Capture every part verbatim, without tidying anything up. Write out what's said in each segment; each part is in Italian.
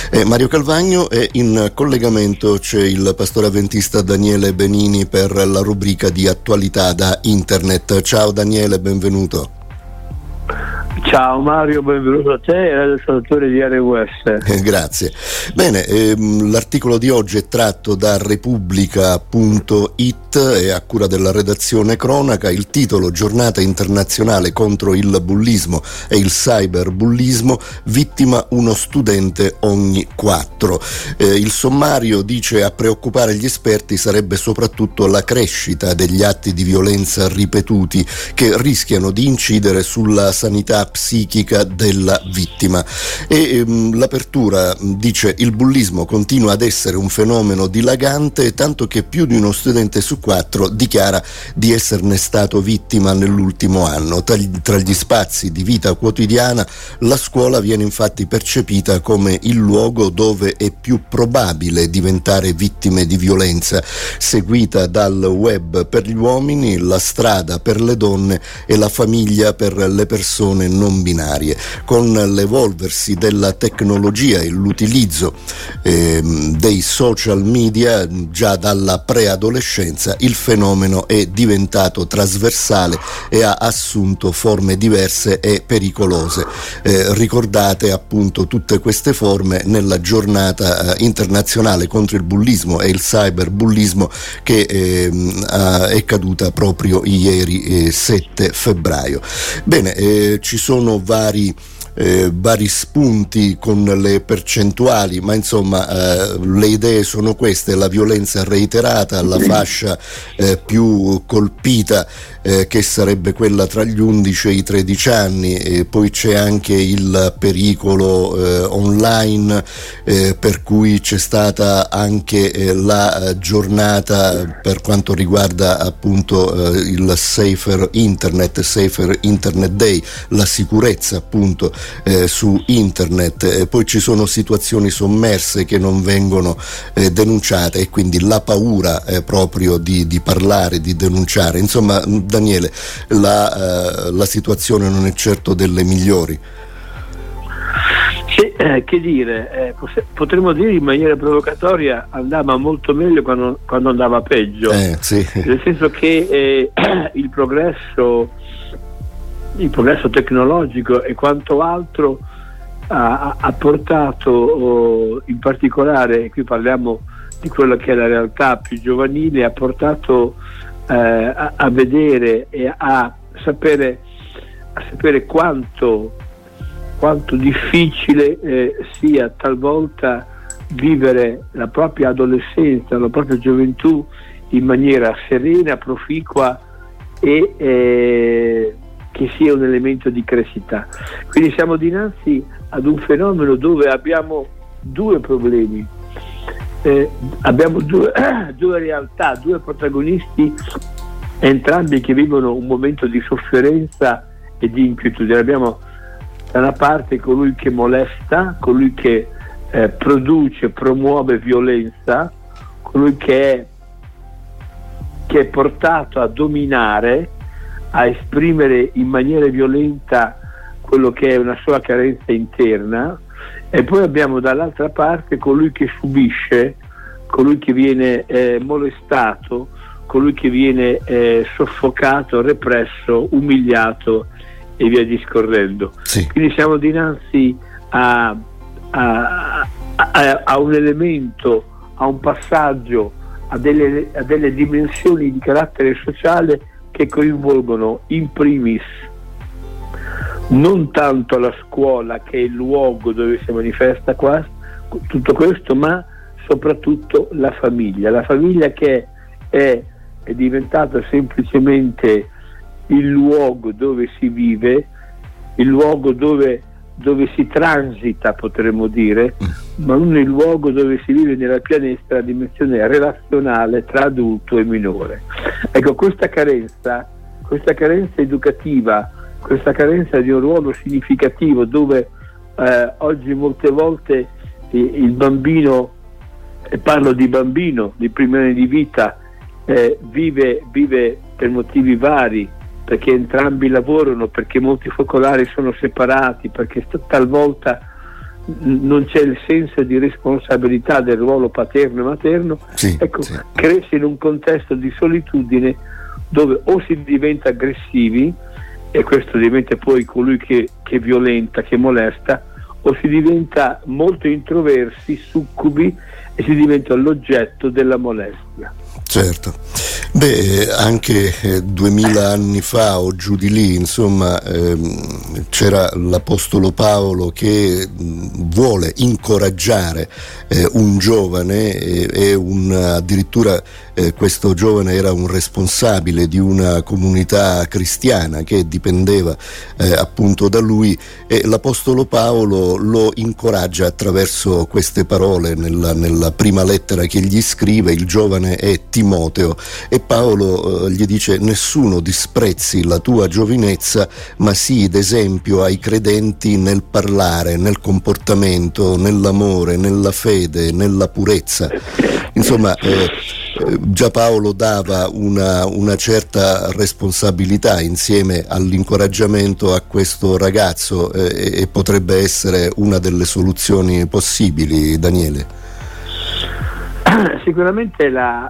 Eh, Mario Calvagno, e in collegamento c'è il pastore avventista Daniele Benini per la rubrica di attualità da internet. Ciao Daniele, benvenuto. Ciao Mario, benvenuto a te e all'ascoltatore di R W S. Eh, grazie. Bene, ehm, l'articolo di oggi è tratto da Repubblica punto it e a cura della redazione Cronaca. Il titolo: Giornata internazionale contro il bullismo e il cyberbullismo, vittima uno studente ogni quattro. Eh, il sommario dice: a preoccupare gli esperti sarebbe soprattutto la crescita degli atti di violenza ripetuti che rischiano di incidere sulla sanità psichica della vittima. E ehm, l'apertura dice: il bullismo continua ad essere un fenomeno dilagante, tanto che più di uno studente su quattro dichiara di esserne stato vittima nell'ultimo anno. Tra gli, tra gli spazi di vita quotidiana, la scuola viene infatti percepita come il luogo dove è più probabile diventare vittime di violenza, seguita dal web per gli uomini, la strada per le donne e la famiglia per le persone non binarie. Con l'evolversi della tecnologia e l'utilizzo eh, dei social media già dalla preadolescenza, il fenomeno è diventato trasversale e ha assunto forme diverse e pericolose. Eh, ricordate appunto tutte queste forme nella giornata eh, internazionale contro il bullismo e il cyberbullismo che eh, è caduta proprio ieri, eh, sette febbraio. Bene, eh, ci sono vari Eh, vari spunti con le percentuali, ma insomma eh, le idee sono queste: la violenza reiterata, la fascia eh, più colpita eh, che sarebbe quella tra gli undici e i tredici anni, e poi c'è anche il pericolo eh, online, eh, per cui c'è stata anche eh, la giornata per quanto riguarda appunto eh, il Safer Internet, Safer Internet Day, la sicurezza appunto Eh, su internet. Eh, poi ci sono situazioni sommerse che non vengono eh, denunciate, e quindi la paura eh, proprio di, di parlare, di denunciare. Insomma, Daniele, la, eh, la situazione non è certo delle migliori. Sì, eh, che dire, eh, potremmo dire in maniera provocatoria: andava molto meglio quando, quando andava peggio, eh, sì. Nel senso che eh, il progresso il progresso tecnologico e quanto altro ha, ha portato, oh, in particolare, e qui parliamo di quello che è la realtà più giovanile, ha portato eh, a, a vedere e a sapere, a sapere quanto, quanto difficile eh, sia talvolta vivere la propria adolescenza, la propria gioventù in maniera serena, proficua e eh, che sia un elemento di crescita. Quindi siamo dinanzi ad un fenomeno dove abbiamo due problemi, eh, abbiamo due, due realtà, due protagonisti, entrambi che vivono un momento di sofferenza e di inquietudine. Abbiamo da una parte colui che molesta, colui che eh, produce, promuove violenza, colui che è, che è portato a dominare, a esprimere in maniera violenta quello che è una sua carenza interna, e poi abbiamo dall'altra parte colui che subisce, colui che viene eh, molestato, colui che viene eh, soffocato, represso, umiliato e via discorrendo. Sì. Quindi siamo dinanzi a, a, a, a un elemento, a un passaggio, a delle, a delle dimensioni di carattere sociale che coinvolgono in primis non tanto la scuola, che è il luogo dove si manifesta qua, tutto questo, ma soprattutto la famiglia. La famiglia che è, è diventata semplicemente il luogo dove si vive, il luogo dove, dove si transita, potremmo dire, ma non il luogo dove si vive nella pianestra dimensione relazionale tra adulto e minore. Ecco, questa carenza, questa carenza educativa, questa carenza di un ruolo significativo dove eh, oggi molte volte il bambino, e parlo di bambino di primi anni di vita, eh, vive, vive per motivi vari, perché entrambi lavorano, perché molti focolari sono separati, perché talvolta non c'è il senso di responsabilità del ruolo paterno e materno, sì, ecco, sì. cresce in un contesto di solitudine dove o si diventa aggressivi, e questo diventa poi colui che, che violenta, che molesta, o si diventa molto introversi, succubi, e si diventa l'oggetto della molestia. Certo. Beh, anche eh, duemila anni fa o giù di lì, insomma, ehm, c'era l'Apostolo Paolo che mh, vuole incoraggiare eh, un giovane e, e un, addirittura eh, questo giovane era un responsabile di una comunità cristiana che dipendeva eh, appunto da lui, e l'Apostolo Paolo lo incoraggia attraverso queste parole nella, nella prima lettera che gli scrive. Il giovane è Timoteo e Paolo eh, gli dice: nessuno disprezzi la tua giovinezza, ma sii d'esempio ai credenti nel parlare, nel comportamento, nell'amore, nella fede, nella purezza. Insomma, eh, già Paolo dava una, una certa responsabilità insieme all'incoraggiamento a questo ragazzo, eh, e potrebbe essere una delle soluzioni possibili, Daniele. Sicuramente la,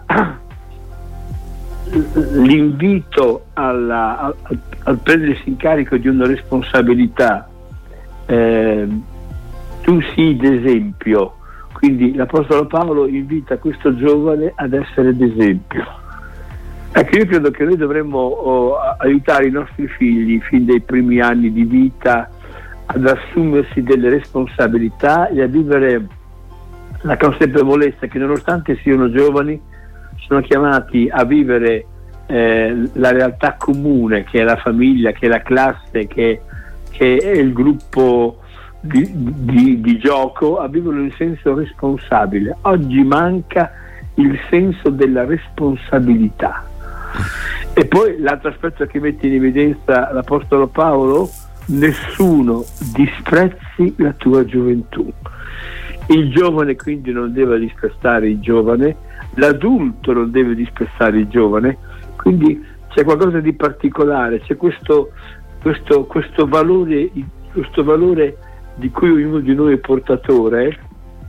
l'invito alla, al, al prendersi in carico di una responsabilità, eh, tu sii d'esempio, quindi l'Apostolo Paolo invita questo giovane ad essere d'esempio. Ecco, io credo che noi dovremmo oh, aiutare i nostri figli fin dai primi anni di vita ad assumersi delle responsabilità e a vivere la consapevolezza che, nonostante siano giovani, sono chiamati a vivere eh, la realtà comune, che è la famiglia, che è la classe, che, che è il gruppo di, di, di gioco, a vivere in senso responsabile. Oggi manca il senso della responsabilità. E poi l'altro aspetto che mette in evidenza l'Apostolo Paolo: nessuno disprezzi la tua gioventù. Il giovane quindi non deve disprezzare il giovane, l'adulto non deve disprezzare il giovane, quindi c'è qualcosa di particolare, c'è questo, questo, questo valore, questo valore di cui ognuno di noi è portatore,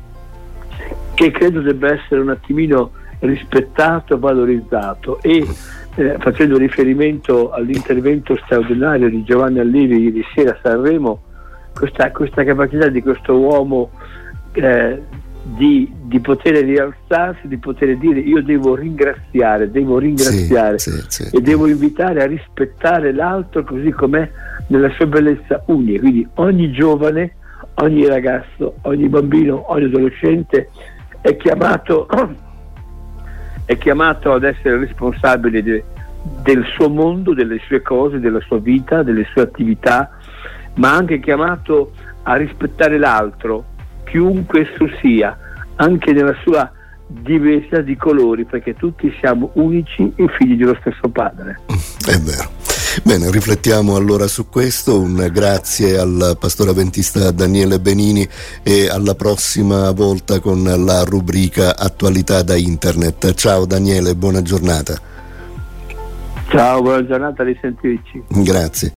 che credo debba essere un attimino rispettato, valorizzato. E eh, facendo riferimento all'intervento straordinario di Giovanni Allivi ieri sera a Sanremo, questa, questa capacità di questo uomo Eh, di, di poter rialzarsi, di poter dire: io devo ringraziare, devo ringraziare sì, sì, sì. e devo invitare a rispettare l'altro così com'è, nella sua bellezza unica. Quindi ogni giovane, ogni ragazzo, ogni bambino, ogni adolescente è chiamato è chiamato ad essere responsabile de, del suo mondo, delle sue cose, della sua vita, delle sue attività, ma anche chiamato a rispettare l'altro, chiunque esso sia, anche nella sua diversità di colori, perché tutti siamo unici e figli dello stesso padre. È vero. Bene, riflettiamo allora su questo. Un grazie al pastore avventista Daniele Benini e alla prossima volta con la rubrica Attualità da Internet. Ciao Daniele, buona giornata. Ciao, buona giornata, risentirci. Grazie.